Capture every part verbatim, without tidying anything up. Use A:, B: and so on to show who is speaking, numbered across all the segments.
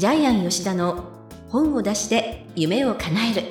A: ジャイアン吉田の本を出して夢を叶える。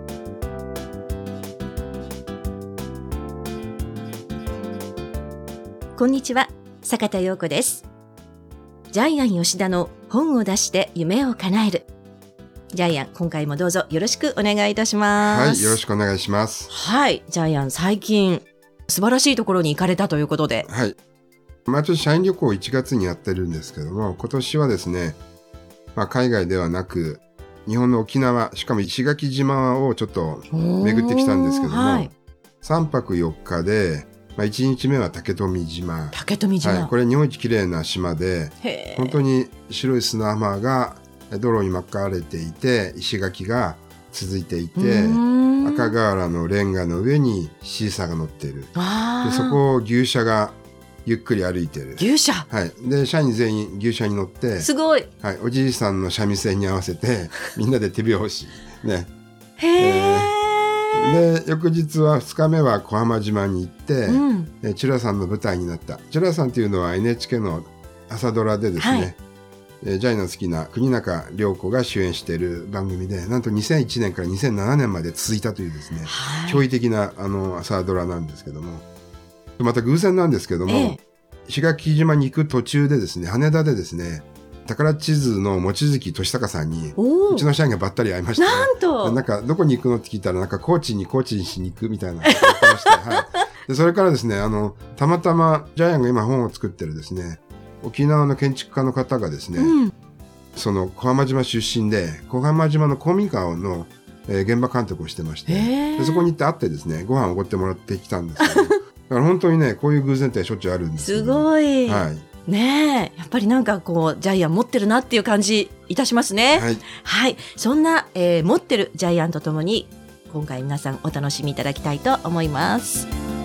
A: こんにちは、坂田陽子です。ジャイアン吉田の本を出して夢を叶える。ジャイアン、今回もどうぞよろしくお願いいたします。
B: はい、よろしくお願いします。
A: はい、ジャイアン、最近素晴らしいところに行かれたということで。
B: はい、毎年社員旅行をいちがつにやってるんですけども、今年はですね、まあ、海外ではなく日本の沖縄、しかも石垣島をちょっと巡ってきたんですけども、はい、さんぱくよっかで、まあ、いちにちめは竹富島。
A: 竹富島、
B: はい、これ日本一綺麗な島で、本当に白い砂浜が道路に巻かれていて、石垣が続いていて、赤瓦のレンガの上にシーサーが乗っている。でそこを牛車がゆっくり歩いてる。
A: 牛車、
B: はい、で社員全員牛車に乗って、
A: すごい、
B: はい、おじいさんの三味線に合わせてみんなで手拍子ね。
A: へー、
B: えー、で翌日はふつかめは小浜島に行って、うん、えチュラさんの舞台になった。チュラさんというのは エヌエイチケー の朝ドラでですね、はい、えー、ジャイの好きな国中涼子が主演している番組で、なんとにせんいちねんからにせんななねんまで続いたというですね、はい、驚異的なあの朝ドラなんですけども、また偶然なんですけども、ええ、石垣島に行く途中でですね、羽田でですね、宝地図の望月俊孝さんにうちの社員がばったり会いました、ね、
A: なんと
B: なんかどこに行くのって聞いたら、なんか高知に高知にしに行くみたいなこと言ってまして、はい、でそれからですね、あのたまたまジャイアンが今本を作ってるですね、沖縄の建築家の方がですね、うん、その小浜島出身で小浜島の公民館の、えー、現場監督をしてまして、でそこに行って会ってですね、ご飯をおごってもらってきたんですけどだから本当にね、こういう偶然ってしょっちゅうあるんですよ、ね、
A: すごい、
B: はい、
A: ねえ、やっぱりなんかこうジャイアン持ってるなっていう感じいたしますね。
B: はい、
A: はい、そんな、えー、持ってるジャイアンとともに今回皆さんお楽しみいただきたいと思います。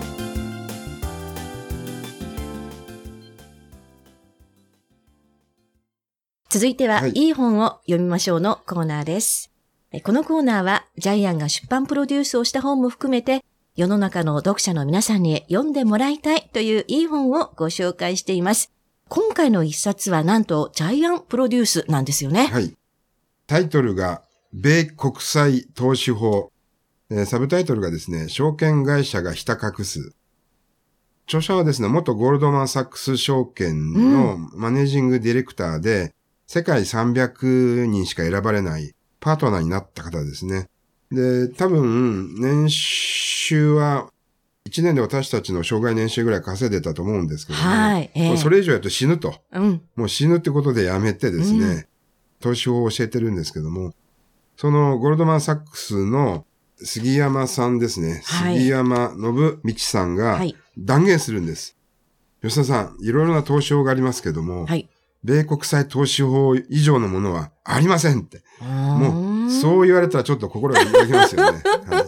A: 続いては、はい、いい本を読みましょうのコーナーです。このコーナーはジャイアンが出版プロデュースをした本も含めて、世の中の読者の皆さんに読んでもらいたいといういい本をご紹介しています。今回の一冊はなんとジャイアンプロデュースなんですよね。
B: はい。タイトルが米国際投資法、えー、サブタイトルがですね、証券会社がひた隠す。著者はですね、元ゴールドマンサックス証券のマネージングディレクターで、うん、世界さんびゃくにんしか選ばれないパートナーになった方ですね。で、多分年収はいちねんで私たちの生涯年収ぐらい稼いでたと思うんですけども、はい、えー、それ以上やと死ぬと、うん、もう死ぬってことでやめてですね、うん、投資法を教えてるんですけども、そのゴールドマンサックスの杉山さんですね、はい、杉山信道さんが断言するんです。はい、吉田さん、いろいろな投資法がありますけども、はい、米国際投資法以上のものはありませんって。もう、そう言われたらちょっと心が動きますよね。はい、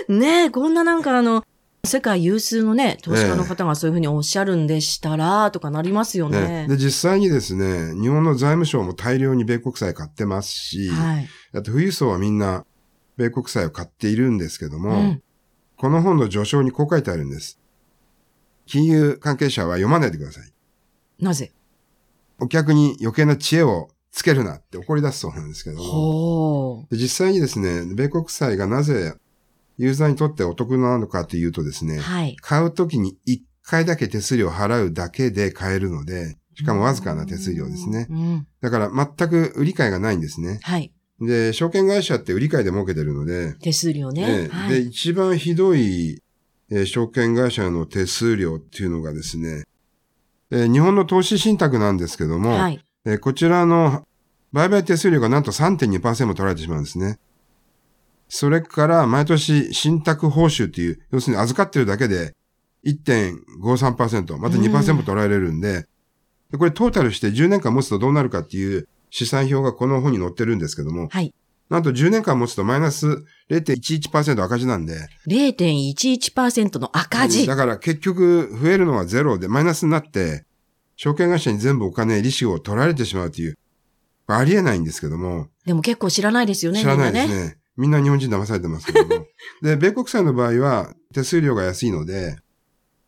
A: ねえ、こんななんかあの、世界有数のね、投資家の方がそういうふうにおっしゃるんでしたら、とかなりますよね。
B: ねで、実際にですね、日本の財務省も大量に米国債買ってますし、はい、あと富裕層はみんな米国債を買っているんですけども、うん、この本の序章にこう書いてあるんです。金融関係者は読まないでください。
A: なぜ？
B: お客に余計な知恵をつけるなって怒り出すそうなんですけども、で実際にですね、米国債がなぜユーザーにとってお得なのかというとですね、はい、買うときにいっかいだけ手数料を払うだけで買えるので、しかもわずかな手数料ですね。うん、だから全く売り買いがないんですね。はい、で、証券会社って売り買いで儲けてるので、
A: 手数料ね。
B: ね、はい、で、一番ひどい、えー、証券会社の手数料っていうのがですね、えー、日本の投資信託なんですけども、はい、えー、こちらの売買手数料がなんと さんてんにパーセント も取られてしまうんですね。それから毎年信託報酬っていう、要するに預かってるだけで いってんごさんパーセント、また にパーセント も取られるんで、でこれトータルしてじゅうねんかん持つとどうなるかっていう試算表がこの本に載ってるんですけども、はい、なんとじゅうねんかん持つとマイナス れいてんいちいちパーセント 赤字なんで。
A: れいてんいちいちパーセント の赤字。
B: だから結局増えるのはゼロでマイナスになって、証券会社に全部お金、利子を取られてしまうという、ありえないんですけども。
A: でも結構知らないですよね。
B: 知らないですね。ね、みんな日本人騙されてますけども。で、米国債の場合は手数料が安いので、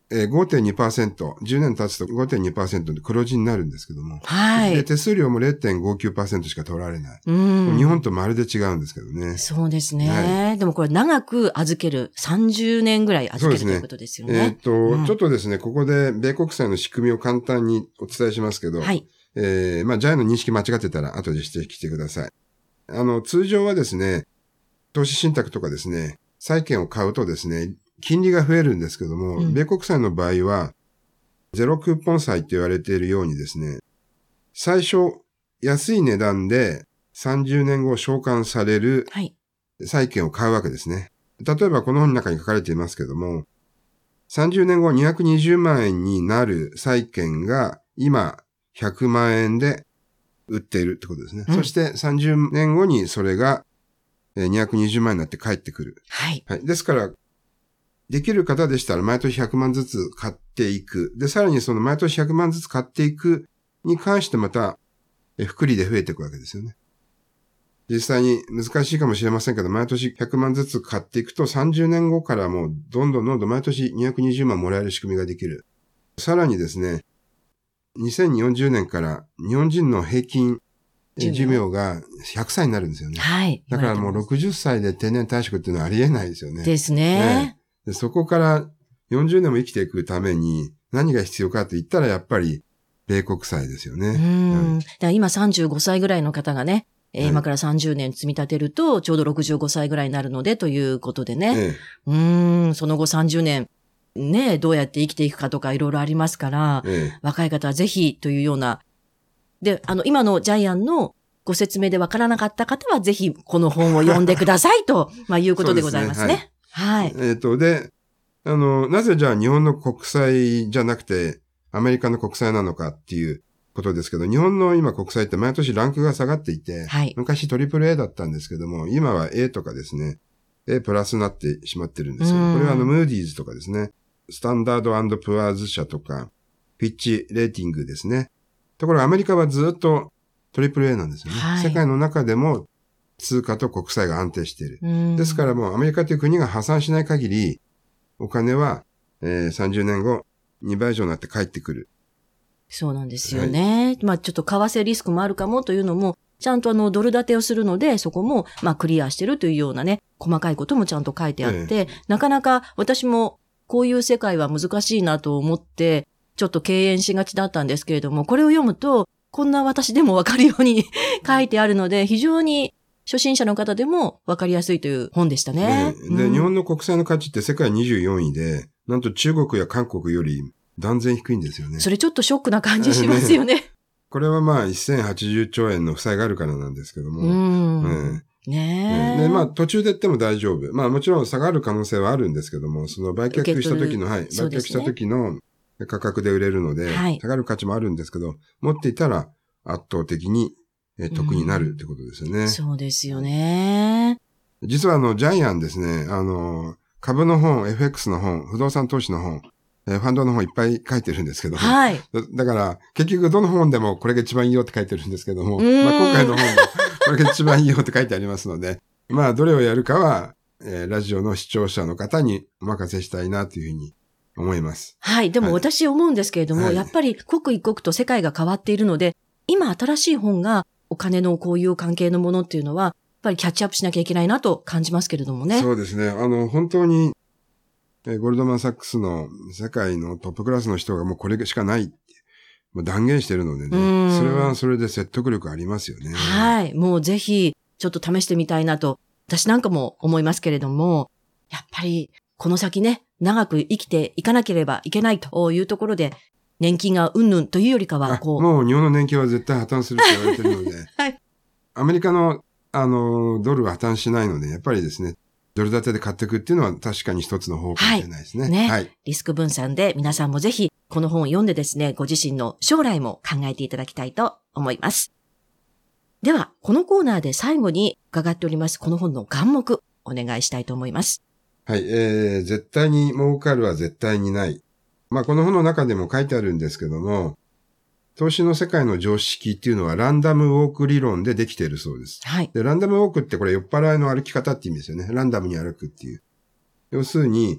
B: えー、ごてんにパーセント、じゅうねん経つと ごてんにパーセント で黒字になるんですけども。
A: はい。
B: で、手数料も れいてんごきゅうパーセント しか取られない。
A: うん。
B: 日本とまるで違うんですけどね。
A: そうですね。はい、でもこれ長く預ける、さんじゅうねんぐらい預ける、ね、ということですよね。
B: えー、っと、うん、ちょっとですね、ここで米国債の仕組みを簡単にお伝えしますけど、はい。えー、まあ、ジャイアンの認識間違ってたら後で指摘してください。あの、通常はですね、投資信託とかですね、債券を買うとですね、金利が増えるんですけども、うん、米国債の場合は、ゼロクーポン債と言われているようにですね、最初、安い値段でさんじゅうねんご償還される債券を買うわけですね。例えばこの本の中に書かれていますけども、さんじゅうねんごにひゃくにじゅうまんえんになる債券が今ひゃくまんえんで売っているってことですね。うん、そしてさんじゅうねんごにそれがにひゃくにじゅうまんえんになって帰ってくる。はい。はい。ですから、できる方でしたら毎年ひゃくまんずつ買っていく。で、さらにその毎年ひゃくまんずつ買っていくに関してまた、複利で増えていくわけですよね。実際に難しいかもしれませんけど、毎年ひゃくまんずつ買っていくとさんじゅうねんごからもうどんどんどんどん毎年にひゃくにじゅうまんもらえる仕組みができる。さらにですね、にせんよんじゅうねんから日本人の平均寿命がひゃくさいになるんですよね。はい。だからもうろくじゅっさいで定年退職っていうのはありえないですよね。
A: ですね。
B: ね。でそこからよんじゅうねんも生きていくために何が必要かと言ったらやっぱり米国債ですよね。
A: うん、はい、だから今さんじゅうごさいぐらいの方がね、えーはい、今からさんじゅうねん積み立てるとちょうどろくじゅうごさいぐらいになるのでということでね。ええ、うーん、その後さんじゅうねんね、どうやって生きていくかとかいろいろありますから、ええ、若い方はぜひというような。で、あの、今のジャイアンのご説明でわからなかった方はぜひこの本を読んでくださいと、まあいうことでございますね。はい。はい、
B: えっと、で、あの、なぜじゃあ日本の国債じゃなくてアメリカの国債なのかっていうことですけど、日本の今国債って毎年ランクが下がっていて、はい、昔トリプル A だったんですけども、今は A とかですね、A プラスになってしまってるんですけど、これはあの、ムーディーズとかですね、スタンダード&プアーズ社とか、フィッチレーティングですね。ところがアメリカはずっとトリプル A なんですよね。はい、世界の中でも通貨と国債が安定している。ですからもうアメリカという国が破産しない限り、お金は、えー、さんじゅうねんごにばい以上になって帰ってくる。
A: そうなんですよね。はい、まあちょっと為替リスクもあるかもというのも、ちゃんとあのドル建てをするので、そこもまあクリアしてるというようなね、細かいこともちゃんと書いてあって、ええ、なかなか私もこういう世界は難しいなと思って、ちょっと敬遠しがちだったんですけれども、これを読むと、こんな私でもわかるように書いてあるので、非常に初心者の方でもわかりやすいという本でしたね。
B: ねで、うん、日本の国債の価値って世界にじゅうよんいで、なんと中国や韓国より断然低いんですよね。
A: それちょっとショックな感じしますよね。ね
B: これはまあせんはちじゅうちょうえんの負債があるからなんですけども。
A: うん。ねえ。ね
B: え。で、まあ途中で言っても大丈夫。まあもちろん下がる可能性はあるんですけども、その売却した時の、はい、売却した時の価格で売れるので、はい、下がる価値もあるんですけど、持っていたら圧倒的に得になるってことですよね。
A: うん、そうですよね。
B: 実はあの、ジャイアンですね、あの、株の本、エフエックス の本、不動産投資の本、ファンドの本いっぱい書いてるんですけど、はい。だから、結局どの本でもこれが一番いいよって書いてるんですけども、まあ今回の本もこれが一番いいよって書いてありますので、まあどれをやるかは、えー、ラジオの視聴者の方にお任せしたいなというふうに思います。
A: はい。でも私思うんですけれども、はい、やっぱり刻一刻と世界が変わっているので、今新しい本がお金のこういう関係のものっていうのは、やっぱりキャッチアップしなきゃいけないなと感じますけれどもね。
B: そうですね。あの、本当に、ゴールドマンサックスの世界のトップクラスの人がもうこれしかないってもう断言してるのでね。それはそれで説得力ありますよね。
A: はい。もうぜひちょっと試してみたいなと、私なんかも思いますけれども、やっぱりこの先ね、長く生きていかなければいけないというところで、年金がうんぬんというよりかは、こう。
B: もう日本の年金は絶対破綻するって言われてるので、はい。アメリカの、あの、ドルは破綻しないので、やっぱりですね、ドル建てで買っていくっていうのは確かに一つの方法かもしれないですね。はい。ね。はい。
A: リスク分散で皆さんもぜひこの本を読んでですね、ご自身の将来も考えていただきたいと思います。では、このコーナーで最後に伺っておりますこの本の眼目、お願いしたいと思います。
B: はい。えー、絶対に儲かるは絶対にない。まあ、この本の中でも書いてあるんですけども、投資の世界の常識っていうのはランダムウォーク理論でできているそうです。はい。で、ランダムウォークってこれ酔っ払いの歩き方って意味ですよね。ランダムに歩くっていう。要するに、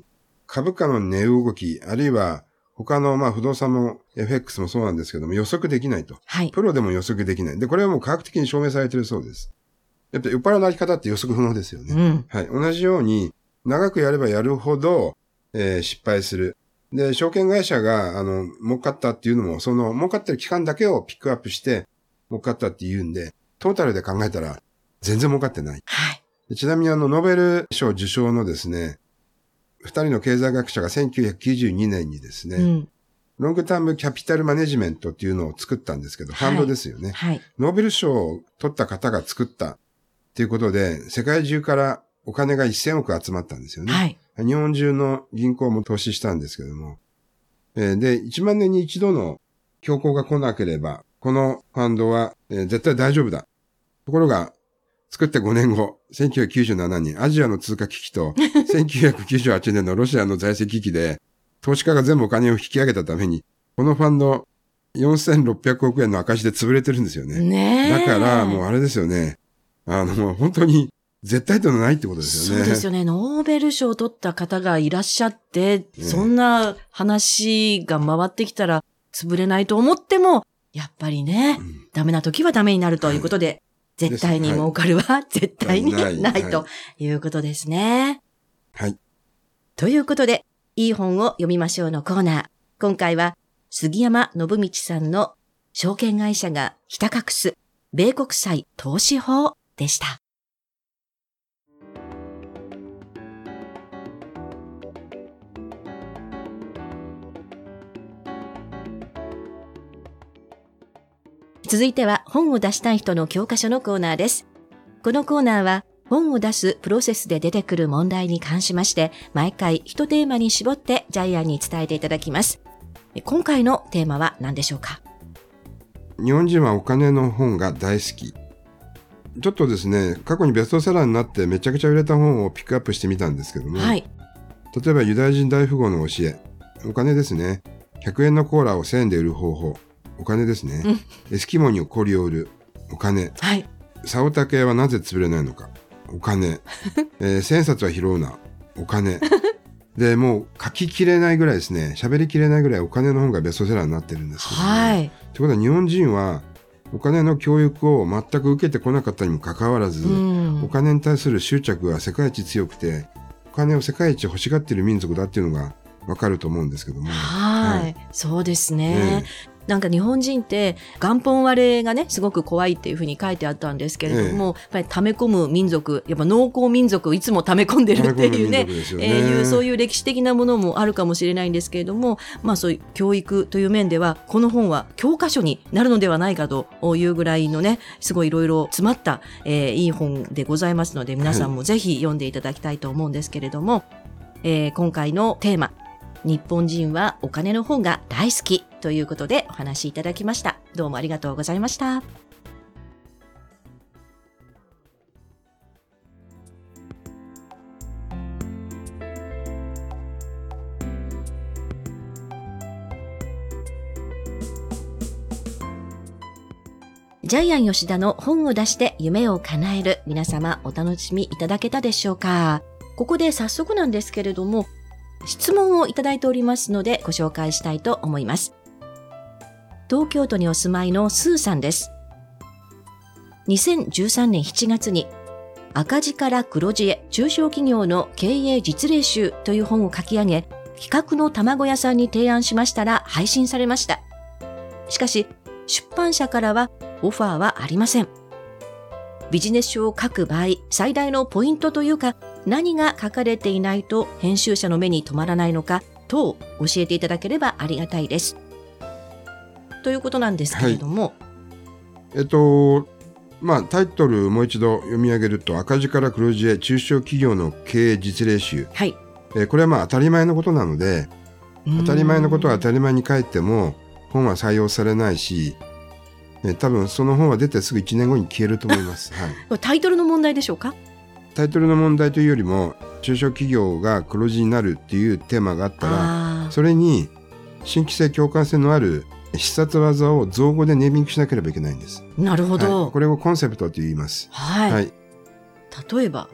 B: 株価の値動き、あるいは他のまあ不動産も エフエックス もそうなんですけども予測できないと。
A: はい。
B: プロでも予測できない。で、これはもう科学的に証明されているそうです。やっぱり酔っ払いのあり方って予測不能ですよね。
A: うん。
B: はい。同じように、長くやればやるほど、えー、失敗する。で、証券会社が、あの、儲かったっていうのも、その、儲かってる期間だけをピックアップして、儲かったって言うんで、トータルで考えたら、全然儲かってない。
A: はい。
B: ちなみにあの、ノーベル賞受賞のですね、二人の経済学者がせんきゅうひゃくきゅうじゅうにねんにですね、うん、ロングタームキャピタルマネジメントっていうのを作ったんですけど、はい、ファンドですよね。はい。ノーベル賞を取った方が作ったっていうことで、世界中からお金がせんおく集まったんですよね。はい。日本中の銀行も投資したんですけども。えー、で、いちまんねんに一度の恐慌が来なければ、このファンドは、えー、絶対大丈夫だ。ところが、作ってごねんご、せんきゅうひゃくきゅうじゅうななねん、アジアの通貨危機と、せんきゅうひゃくきゅうじゅうはちねんのロシアの財政危機で、投資家が全部お金を引き上げたために、このファンド、よんせんろっぴゃくおくえんの赤字で潰れてるんですよね。
A: ねえ。
B: だから、もうあれですよね。あの、もう本当に、絶対というのはないってことですよね。
A: そうですよね。ノーベル賞を取った方がいらっしゃって、ね、そんな話が回ってきたら潰れないと思っても、やっぱりね、うん、ダメな時はダメになるということで、はい、絶対に儲かるは、はい、絶対にない、ないということですね。
B: はい。
A: ということで、いい本を読みましょうのコーナー。今回は、杉山信道さんの証券会社がひた隠す米国債投資法でした。続いては本を出したい人の教科書のコーナーです。このコーナーは本を出すプロセスで出てくる問題に関しまして毎回一テーマに絞ってジャイアンに伝えていただきます。今回のテーマは何でしょうか？
B: 日本人はお金の本が大好き。ちょっとですね、過去にベストセラーになってめちゃくちゃ売れた本をピックアップしてみたんですけども、はい、例えばユダヤ人大富豪の教え、お金ですね。ひゃくえんのコーラをせんえんで売る方法。お金ですね、うん、エスキモに氷を売るお金、はい、サオタケはなぜ潰れないのかお金、えー、千冊は拾うなお金でもう書ききれないぐらいですね喋りきれないぐらいお金の本がベストセラーになってるんですけど、ね、はい。ということは日本人はお金の教育を全く受けてこなかったにもかかわらず、うん、お金に対する執着が世界一強くてお金を世界一欲しがっている民族だっていうのがわかると思うんですけども、
A: はい、はい、そうですね、えーなんか日本人って元本割れがねすごく怖いっていうふうに書いてあったんですけれども、ええ、やっぱり溜め込む民族やっぱ農耕民族をいつも溜め込んでるっていうね、えー、いうそういう歴史的なものもあるかもしれないんですけれども、まあそういう教育という面ではこの本は教科書になるのではないかというぐらいのねすごいいろいろ詰まった、えー、いい本でございますので皆さんもぜひ読んでいただきたいと思うんですけれども、はいえー、今回のテーマ日本人はお金の本が大好きということでお話しいただきました。どうもありがとうございました。ジャイアン吉田の本を出して夢を叶える皆様お楽しみいただけたでしょうか。ここで早速なんですけれども質問をいただいておりますのでご紹介したいと思います。東京都にお住まいのスーさんです。にせんじゅうさんねんしちがつに赤字から黒字へ中小企業の経営実例集という本を書き上げ企画の卵屋さんに提案しましたら配信されました。しかし出版社からはオファーはありません。ビジネス書を書く場合最大のポイントというか何が書かれていないと編集者の目に留まらないのか等教えていただければありがたいです。ということなんですけれども、はい、
B: えっとまあタイトルもう一度読み上げると赤字から黒字へ中小企業の経営実例集、はいえー、これはまあ当たり前のことなので当たり前のことは当たり前に書いても本は採用されないしえ多分その本は出てすぐいちねんごに消えると思います、はい、
A: タイトルの問題でしょうか？
B: タイトルの問題というよりも中小企業が黒字になるっていうテーマがあったらそれに新規性共感性のある必殺技を造語でネーミングしなければいけないんです。
A: なるほど、
B: はい、これをコンセプトと言います、
A: はいはい、例えば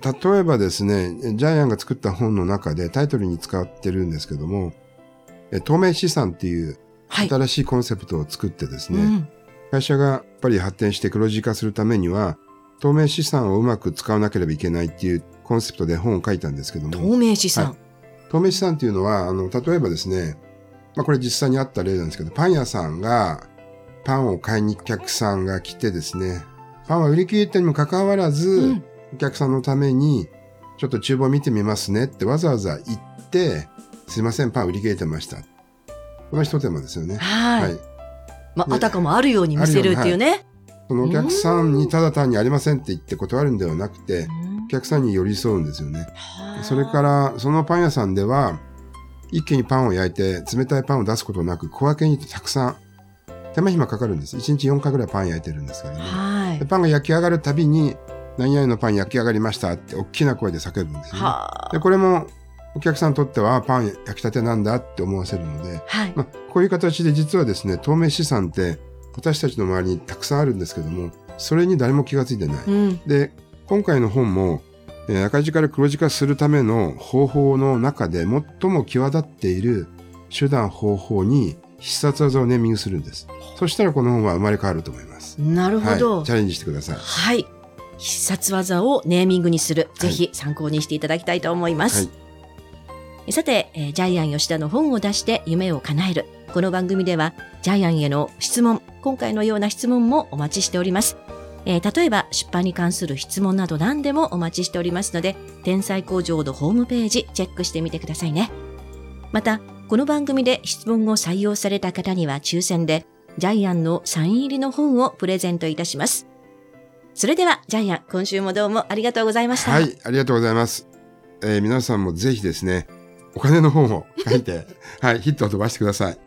B: 例えばですね、ジャイアンが作った本の中でタイトルに使ってるんですけども、透明資産っていう新しいコンセプトを作ってですね、はいうん、会社がやっぱり発展して黒字化するためには、透明資産をうまく使わなければいけないっていうコンセプトで本を書いたんですけども。
A: 透明資産、
B: はい、透明資産っていうのは、あの、例えばですね、まあこれ実際にあった例なんですけど、パン屋さんがパンを買いにお客さんが来てですね、パンは売り切れたにもかかわらず、うん、お客さんのためにちょっと厨房見てみますねってわざわざ言って、すいません、パン売り切れてました。この一手間ですよね。
A: はい。はい、まあ、あたかもあるように見せるっていうね。はい、
B: そのお客さんにただ単にありませんって言って断るんではなくて、お客さんに寄り添うんですよね。それから、そのパン屋さんでは、一気にパンを焼いて冷たいパンを出すことなく小分けにたくさん手間暇かかるんです。いちにちよんかいぐらいパン焼いてるんですけどね。はい、でパンが焼き上がるたびに何々のパン焼き上がりましたって大きな声で叫ぶんですよね。でこれもお客さんにとってはパン焼きたてなんだって思わせるので、はいまあ、こういう形で実はですね、透明資産って私たちの周りにたくさんあるんですけども、それに誰も気がついてない。うん、で今回の本もえー、赤字から黒字化するための方法の中で最も際立っている手段方法に必殺技をネーミングするんです。そしたらこの本は生まれ変わると思います。
A: なるほど、
B: はい、チャレンジしてください。
A: はい。必殺技をネーミングにする。ぜひ参考にしていただきたいと思います。はい、さて、えー、ジャイアン吉田の本を出して夢を叶える。この番組ではジャイアンへの質問、今回のような質問もお待ちしております。えー、例えば出版に関する質問など何でもお待ちしておりますので、天才工場のホームページチェックしてみてくださいね。またこの番組で質問を採用された方には抽選でジャイアンのサイン入りの本をプレゼントいたします。それではジャイアン、今週もどうもありがとうございました。
B: はい、ありがとうございます。えー、皆さんもぜひですね、お金の本を書いてはい、ヒットを飛ばしてください。